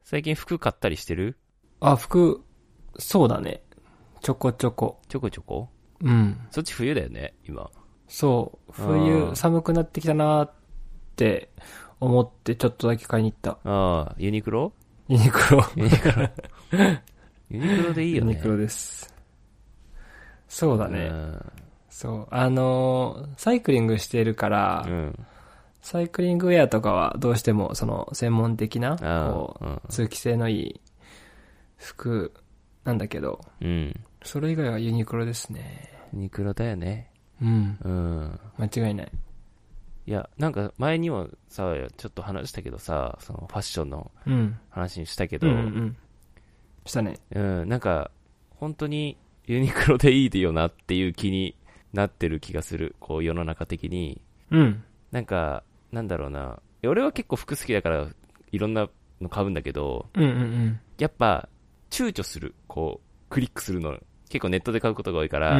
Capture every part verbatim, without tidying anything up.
最近服買ったりしてる？ あ、服、そうだね。ちょこちょこ。 ちょこちょこ？ うん。 そっち冬だよね、今。 そう。冬寒くなってきたなーって思ってちょっとだけ買いに行った。 ああ、ユニクロ？ ユニクロ。 ユニクロ。ユニクロでいいよね。 ユニクロです。そうだね。そう。あのー、サイクリングしてるから、うん、サイクリングウェアとかはどうしてもその専門的な、こう、うん、通気性のいい服なんだけど、うん、それ以外はユニクロですね。 ユニクロだよね。 うん。うん。間違いない。 いや、なんか前にもさ、ちょっと話したけどさ、そのファッションの話にしたけど、うんうんうん、 したね。 うん、なんか、本当にユニクロでいいよなっていう気になってる気がする。こう世の中的に。 うん。 なんか、なんだろうな。俺は結構服好きだからいろんなの買うんだけど、 うんうんうん、 やっぱ躊躇する。こう、クリックするの。結構ネットで買うことが多いから、 うん、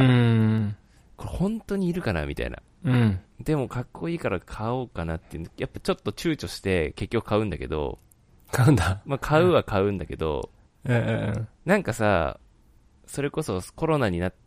これ本当にいるかなみたいな。 うん。 でもかっこいいから買おうかなっていう。やっぱちょっと躊躇して結局買うんだけど、 買うんだ。 まあ買うは買うんだけど、 うんうんうん、 なんかさ、それこそコロナになって、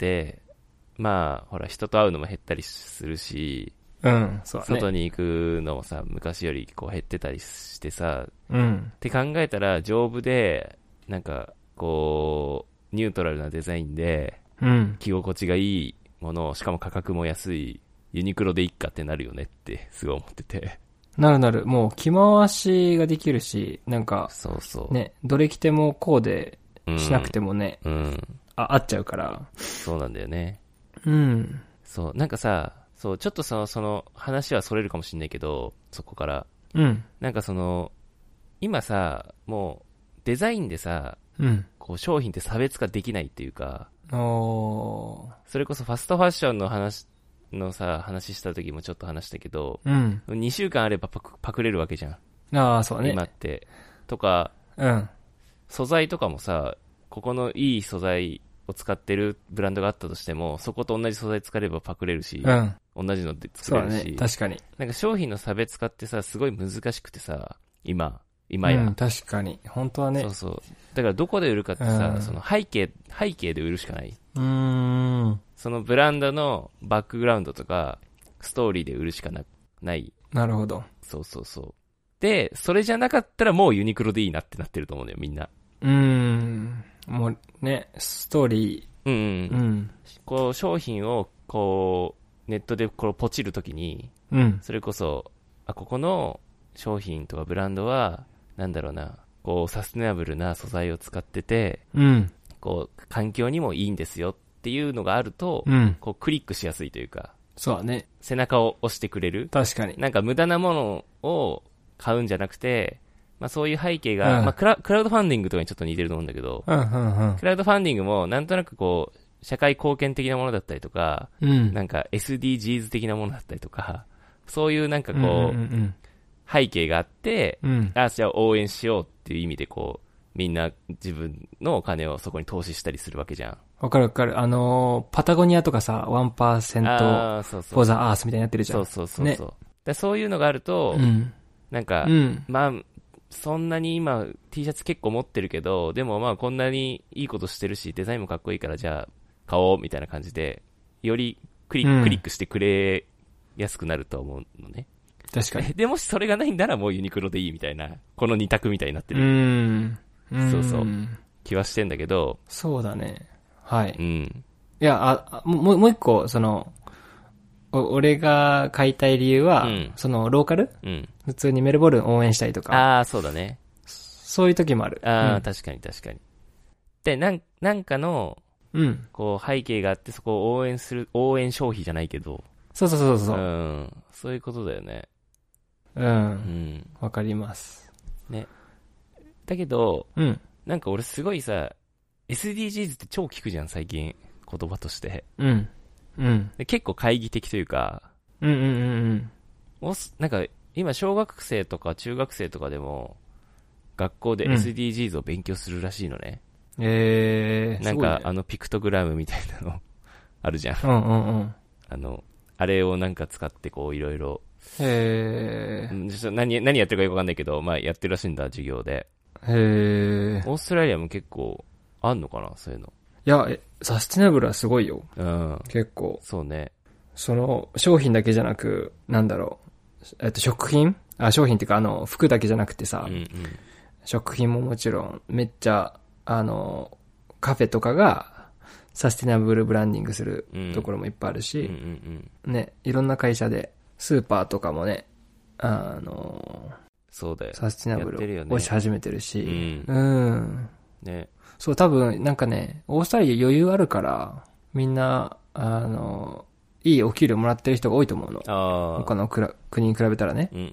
まあ、ほら、人と会うのも減ったりするし、 うん、そうだね。 外に行くのもさ、昔よりこう減ってたりしてさ、 うん。 って考えたら、丈夫で、なんか、こう、ニュートラルなデザインで、 うん。 着心地がいいもの、しかも価格も安い、ユニクロでいっかってなるよねって、すごい思ってて。 なるなる。もう、着回しができるし、なんか、 そうそう。 ね、どれ着てもこうでしなくてもね、 うん。うん、 あ、合っちゃうから。 そうなんだよね。 うん。 そう、なんかさ、そう、ちょっとその、その話はそれるかもしんないけど、そこから。 うん。 なんかその、今さ、もう、デザインでさ、 うん。 こう商品って差別化できないっていうか、 おー。 それこそファストファッションの話のさ、話した時もちょっと話したけど、 うん。 にしゅうかんあればパク、パクれるわけじゃん。 ああ、そうね。 今って。とか、 うん。 素材とかもさ、ここのいい素材を使ってるブランドがあったとしても、そこと同じ素材使えればパクれるし、 うん。 同じので作れるし、 そうだね。確かに。 なんか商品の差別化ってさ、すごい難しくてさ、今、今や。 うん、確かに。本当はね。 そうそう。だからどこで売るかってさ、うん、その背景、背景で売るしかない。 うーん。 そのブランドのバックグラウンドとか、ストーリーで売るしかな、ない。 なるほど。 そうそうそう。で、それじゃなかったらもうユニクロでいいなってなってると思うんだよ、みんな。 うーん。もうね、ストーリー。うん、うん。うん。こう、商品を、こう、ネットでこうポチるときに、 うん。 それこそ、あ、ここの商品とかブランドは、なんだろうな、こう、サステナブルな素材を使ってて、 うん。 こう、環境にもいいんですよっていうのがあると、 うん。 こう、クリックしやすいというか、 そうだね。 背中を押してくれる。 確かに。 なんか無駄なものを買うんじゃなくて、まあそういう背景が、うん、まあクラ、クラウドファンディングとかにちょっと似てると思うんだけど、 うんうんうん、 クラウドファンディングもなんとなくこう、社会貢献的なものだったりとか、 うん、 なんか エスディージーズ 的なものだったりとか、そういうなんかこう、 うんうんうん、 背景があって、 うん、 あ、じゃあ応援しようっていう意味でこう、みんな自分のお金をそこに投資したりするわけじゃん。 わかるわかる。あのー、パタゴニアとかさ、ワンパーセントフォーザアースみたいになってるじゃん。 そうそうそうそう。ね、だそういうのがあると、 うん、 なんか、うん、まあ、そんなに今 T シャツ結構持ってるけど、でもまあこんなにいいことしてるし、デザインもかっこいいからじゃあ買おうみたいな感じで、よりクリック、うん、クリックしてくれやすくなると思うのね。 確かに。 でもしそれがないんならもうユニクロでいいみたいな、この二択みたいになってる。 うーん。 そうそう。気はしてんだけど。 そうだね。はい。 うん。 いや、あ、もう、もう一個、その、お俺が買いたい理由は、うん、その、ローカル、 うん、 普通にメルボルン応援したいとか。 ああ、そうだね。 そういう時もある。 ああ、 うん、 確かに確かに。で、なん、なんかの、 うん。 こう、背景があって、そこを応援する、応援消費じゃないけど。 そうそうそうそう。 うん。そういうことだよね。 うん。うん。わかります。 ね。だけど、 うん。 なんか俺すごいさ、エスディージーズ って超聞くじゃん、最近。言葉として。 うん。うん。 で結構懐疑的というか、 うんうんうんうん。 なんか、今小学生とか中学生とかでも、学校で エスディージーズ を勉強するらしいのね。 うん、えー、 なんか、 ね、 あのピクトグラムみたいなのあるじゃん。 うんうんうん。 あの、あれをなんか使ってこういろいろ。 へー。 何、何やってるかよくわかんないけど、まあやってるらしいんだ、授業で。 へー。 オーストラリアも結構あんのかな、そういうの。 いや、えサステナブルはすごいよ。 うん。 結構。 そうね。 その、商品だけじゃなく、なんだろう。えっと、食品あ、商品っていうか、あの、服だけじゃなくてさ、 うんうん、 食品ももちろん、めっちゃ、あの、カフェとかが、サステナブルブランディングするところもいっぱいあるし、 うんうんうん、 ね、いろんな会社で、スーパーとかもね、あの、 そうだよ。 サステナブルをし始めてるし、うん。うん。 ね。 そう、多分、なんかね、オーストラリア余裕あるから、みんな、あの、いいお給料もらってる人が多いと思うの。 ああ。 他のくら国に比べたらね。 うんうんうん。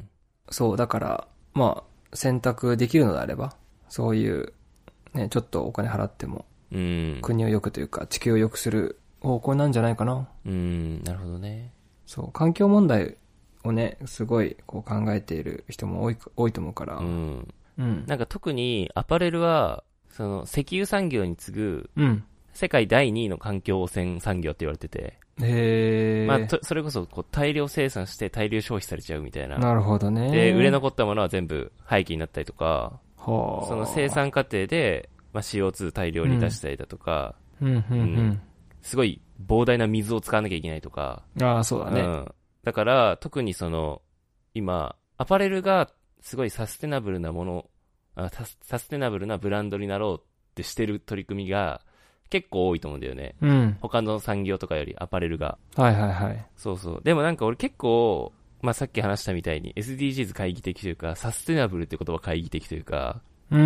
そう、だから、まあ、選択できるのであれば、そういう、ね、ちょっとお金払っても、 うん、 国を良くというか、地球を良くする方向なんじゃないかな。 うん、なるほどね。 そう、環境問題をね、すごいこう考えている人も多い、多いと思うから。 うん。 うん。 なんか特にアパレルは、その石油産業に次ぐ、 うん。 世界だいにいの環境汚染産業って言われてて。 へー。 まあ、それこそこう大量生産して大量消費されちゃうみたいな。 なるほどね。 で、売れ残ったものは全部廃棄になったりとか、 はあ。 その生産過程で、まあ、シーオーツー 大量に出したりだとか、 うん、うん、うん、うん。 すごい膨大な水を使わなきゃいけないとか。 ああ、そうだね。うん。 だから、特にその、今、アパレルがすごいサステナブルなもの、あサステナブルなブランドになろうってしてる取り組みが結構多いと思うんだよね。 うん。 他の産業とかよりアパレルが。 はいはいはい。 そうそう。でもなんか俺結構、まあ、さっき話したみたいに エスディージーズ 懐疑的というか、サステナブルって言葉懐疑的というか、 うん。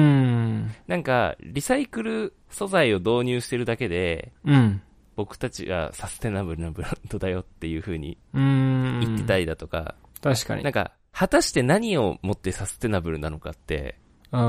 なんか、リサイクル素材を導入してるだけで、 うん。 僕たちがサステナブルなブランドだよっていう風に言ってたりだとか、 確かに。 なんか、果たして何をもってサステナブルなのかって、 うん、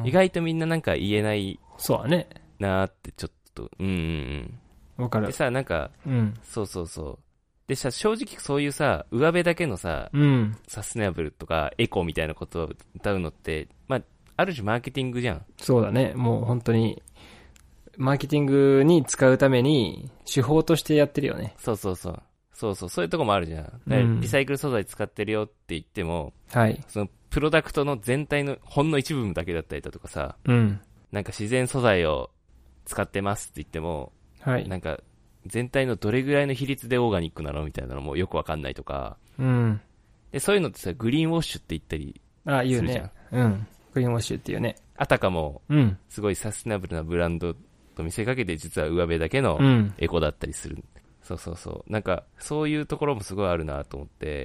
意外とみんななんか言えないそうだね。 なーってちょっと、うんうんうん。 わかる。 でさ、なんか、 うん、 そうそうそう。でさ、正直そういうさ、上辺だけのさ、 うん、 サステナブルとかエコみたいなことを歌うのって、まあ、ある種マーケティングじゃん。 そうだね。もう本当に、マーケティングに使うために、手法としてやってるよね。 そうそうそう。そうそう、そういうとこもあるじゃん。うん、リサイクル素材使ってるよって言っても、 はい。 そのプロダクトの全体のほんの一部分だけだったりだとかさ、 うん。 なんか自然素材を使ってますって言っても、 はい。 なんか全体のどれぐらいの比率でオーガニックなのみたいなのもよくわかんないとか、 うん。 で、そういうのってさ、グリーンウォッシュって言ったりするじゃん。あ、言うね。 うん。グリーンウォッシュっていうね。 あたかも、 うん。 すごいサステナブルなブランドと見せかけて実は上辺だけのエコだったりする。うん、そうそうそう。なんか、そういうところもすごいあるなと思って。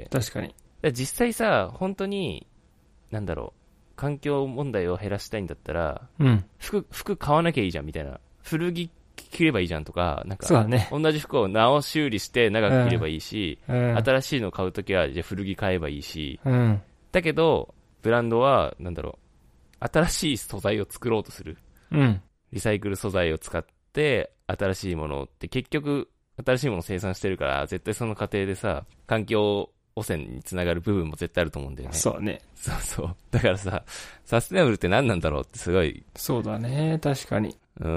確かに。 実際さ、本当に、なんだろう、環境問題を減らしたいんだったら、 うん。 服、服買わなきゃいいじゃんみたいな。古着着ればいいじゃんとか、なんか、 そうだね。 同じ服を直修理して長く着ればいいし、 うん、 新しいの買うときは、じゃあ古着買えばいいし、 うん。 だけど、ブランドは、なんだろう、新しい素材を作ろうとする。 うん。 リサイクル素材を使って、新しいものって結局、新しいものを生産してるから、絶対その過程でさ、環境汚染につながる部分も絶対あると思うんだよね。 そうね。 そうそう。だからさ、サステナブルって何なんだろうってすごい。 そうだね、確かに。 うん。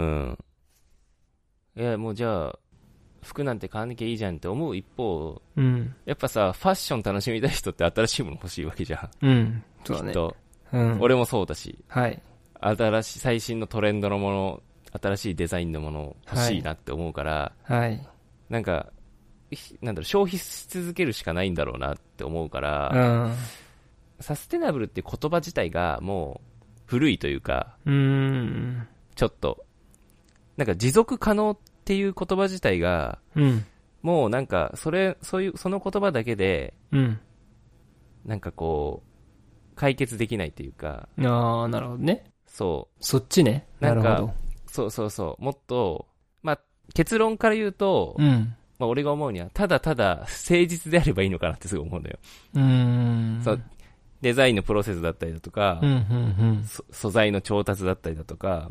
いや、もうじゃあ、服なんて買わなきゃいいじゃんって思う一方、 うん。 やっぱさ、ファッション楽しみたい人って新しいもの欲しいわけじゃん。うん。そうだね。 きっと。 うん。 俺もそうだし。 はい。 新しい、最新のトレンドのもの、新しいデザインのもの欲しいなって思うから、 はい。 なんか、なんだろう、消費し続けるしかないんだろうなって思うから、 うん、 サステナブルって言葉自体がもう古いというか、 うーん、 ちょっと、なんか持続可能っていう言葉自体が、 うん、 もうなんか、それ、そういう、その言葉だけで、 うん、 なんかこう、解決できないというか、 ああ、なるほどね。 そう。 そっちね。なるほど。 そうそうそう。もっと、まあ、結論から言うと、 うん。 まあ、俺が思うには、ただただ誠実であればいいのかなってすごい思うんだよ。 うーん。 そう。デザインのプロセスだったりだとか、 うんうんうん、 素材の調達だったりだとか、 うん、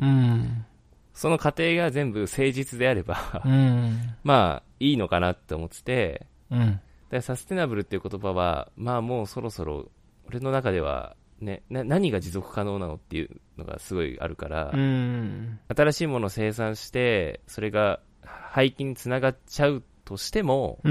その過程が全部誠実であれば、 うん、 まあ、いいのかなって思ってて、 うん。だからサステナブルっていう言葉は、まあもうそろそろ、俺の中では、ね、な、何が持続可能なのっていうのがすごいあるから、 うん、 新しいものを生産して、それが廃棄につながっちゃうとしても、 うん、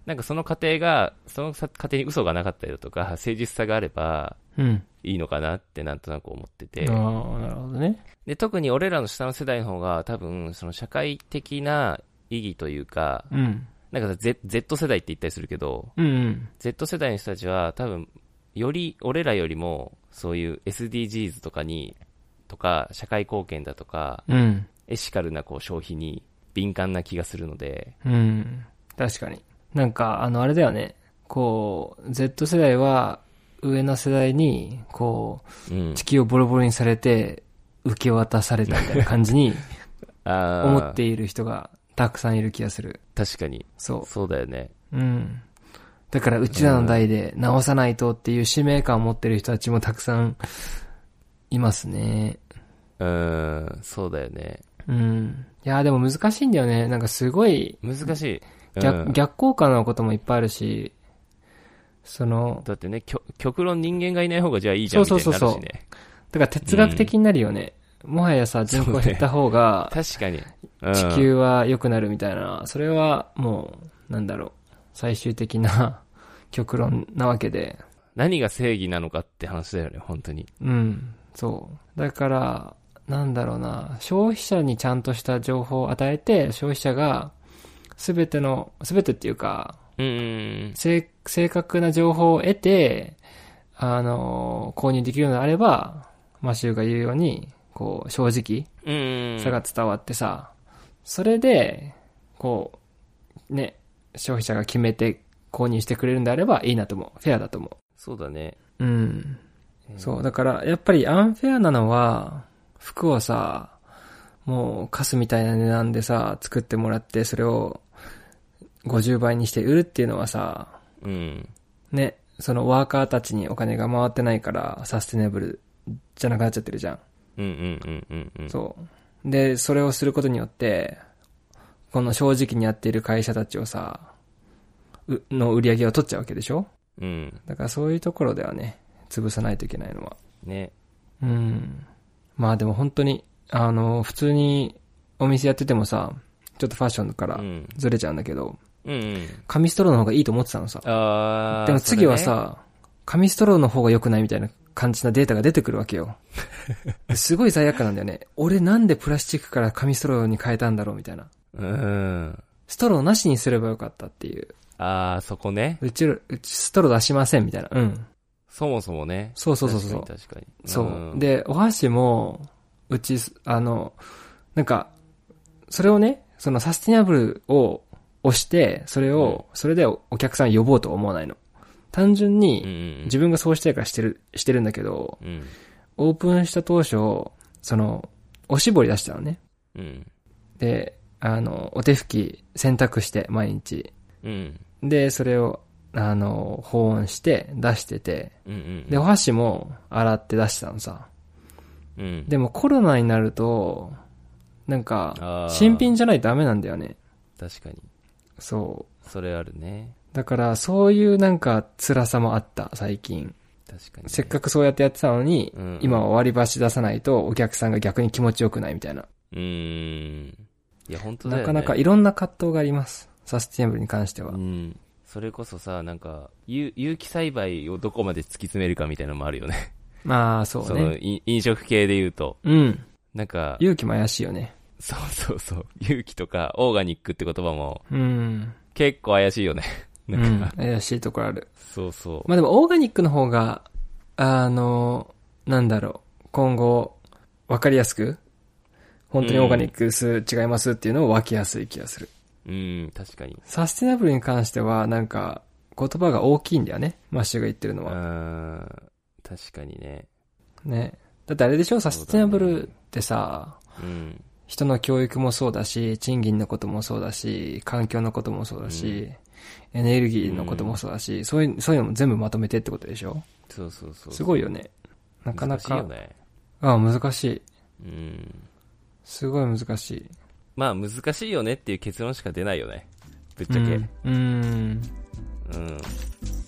なんかその過程が、その過程に嘘がなかったりだとか、誠実さがあれば、いいのかなってなんとなく思ってて。 うん、ああ、なるほどね。 で、特に俺らの下の世代の方が多分、その社会的な意義というか、うん、なんか Z, Z 世代って言ったりするけど、うんうん、Z 世代の人たちは多分、より俺らよりも、そういう エスディージーズ とかに、とか、社会貢献だとか、うん、エシカルなこう消費に敏感な気がするので。 うん。確かに。なんか、あの、あれだよね。こう、Z 世代は、上の世代に、こう、うん、地球をボロボロにされて、受け渡されたみたいな感じに、思っている人がたくさんいる気がする。 確かに。 そう。 そうだよね。 うん。だから、うちらの代で直さないとっていう使命感を持ってる人たちもたくさんいますね。 うーん、そうだよね。 うん。いや、でも難しいんだよね。なんかすごい。 難しい。 うん、逆、逆効果のこともいっぱいあるし、その。 だってね、極論人間がいない方がじゃあいいじゃんみたいになるしね。そうそうそうそう。 だから哲学的になるよね。うん、もはやさ、人口減った方が、 ね、確かに、 うん。地球は良くなるみたいな。それはもう、なんだろう。最終的な極論なわけで。 何が正義なのかって話だよね、本当に。 うん。そう。だから、なんだろうな。消費者にちゃんとした情報を与えて、消費者が、すべての、すべてっていうか、 うん、 正, 正確な情報を得て、あの、購入できるのであれば、マシューが言うように、こう、正直さが伝わってさ、それで、こう、ね、消費者が決めて購入してくれるんであればいいなと思う。フェアだと思う。 そうだね。 うん。そう、だから、やっぱりアンフェアなのは、服をさ、もうカスみたいな値段でさ、作ってもらって、それをごじゅうばいにして売るっていうのはさ、 うん。 ね、そのワーカーたちにお金が回ってないからサステナブルじゃなくなっちゃってるじゃん。 うんうんうんうんうん。 そう。で、それをすることによって、この正直にやっている会社たちをさ、う、の売り上げを取っちゃうわけでしょ？ うん。 だからそういうところではね、潰さないといけないのは。 ね。 うん。まあでも本当に、あの、普通にお店やっててもさ、ちょっとファッションからずれちゃうんだけど、 うんうん、 紙ストローの方がいいと思ってたのさ。 あでも次はさ、ね、紙ストローの方が良くないみたいな感じなデータが出てくるわけよ。すごい罪悪感なんだよね。俺なんでプラスチックから紙ストローに変えたんだろうみたいな。 うん。 ストローなしにすればよかったっていう。 ああ、そこね。 うち、うちストロー出しませんみたいな。うん。 そもそもね。 そうそうそうそう。 確かに確かに。 そう。で、お箸も、うち、あの、なんか、それをね、そのサスティナブルを押して、それを、それでお客さん呼ぼうとは思わないの。単純に、自分がそうしたいからしてる、してるんだけど、 うん、 オープンした当初、その、おしぼり出したのね。 うん、 で、あの、お手拭き洗濯して、毎日。 うん、 で、それを、あの、保温して出してて、 うんうんうん、 で、お箸も洗って出したのさ。 うん、 でもコロナになると、なんか、新品じゃないとダメなんだよね。 確かに。 そう。 それあるね。 だから、そういうなんか辛さもあった、最近。 確かに、ね。 せっかくそうやってやってたのに、うんうん、今は割り箸出さないとお客さんが逆に気持ちよくないみたいな。 うーん。いや、本当だよね。 なかなかいろんな葛藤があります。サスティナブルに関しては。 うん。それこそさ、なんか、有機栽培をどこまで突き詰めるかみたいなのもあるよね。 まあ、そうね。その、 飲食系で言うと。 うん。 なんか、 有機も怪しいよね。 そうそうそう。有機とか、オーガニックって言葉も、 うん。 結構怪しいよね。 なんか、うん、怪しいところある。 そうそう。 まあでも、オーガニックの方が、あの、なんだろう、今後、わかりやすく、本当にオーガニックです、うん、違いますっていうのを分けやすい気がする。 うん、確かに。 サスティナブルに関しては、なんか、言葉が大きいんだよね。マッシュが言ってるのは。 うん、確かにね。 ね。だってあれでしょ、サスティナブルってさ、 うん、 人の教育もそうだし、賃金のこともそうだし、環境のこともそうだし、うん、エネルギーのこともそうだし、うん、そういう、そういうのも全部まとめてってことでしょ？ そうそうそう。 すごいよね。なかなか。 難しいよね。 ああ、難しい。 うん。 すごい難しい。 まあ難しいよねっていう結論しか出ないよね。ぶっちゃけ。 うん。うん。 うん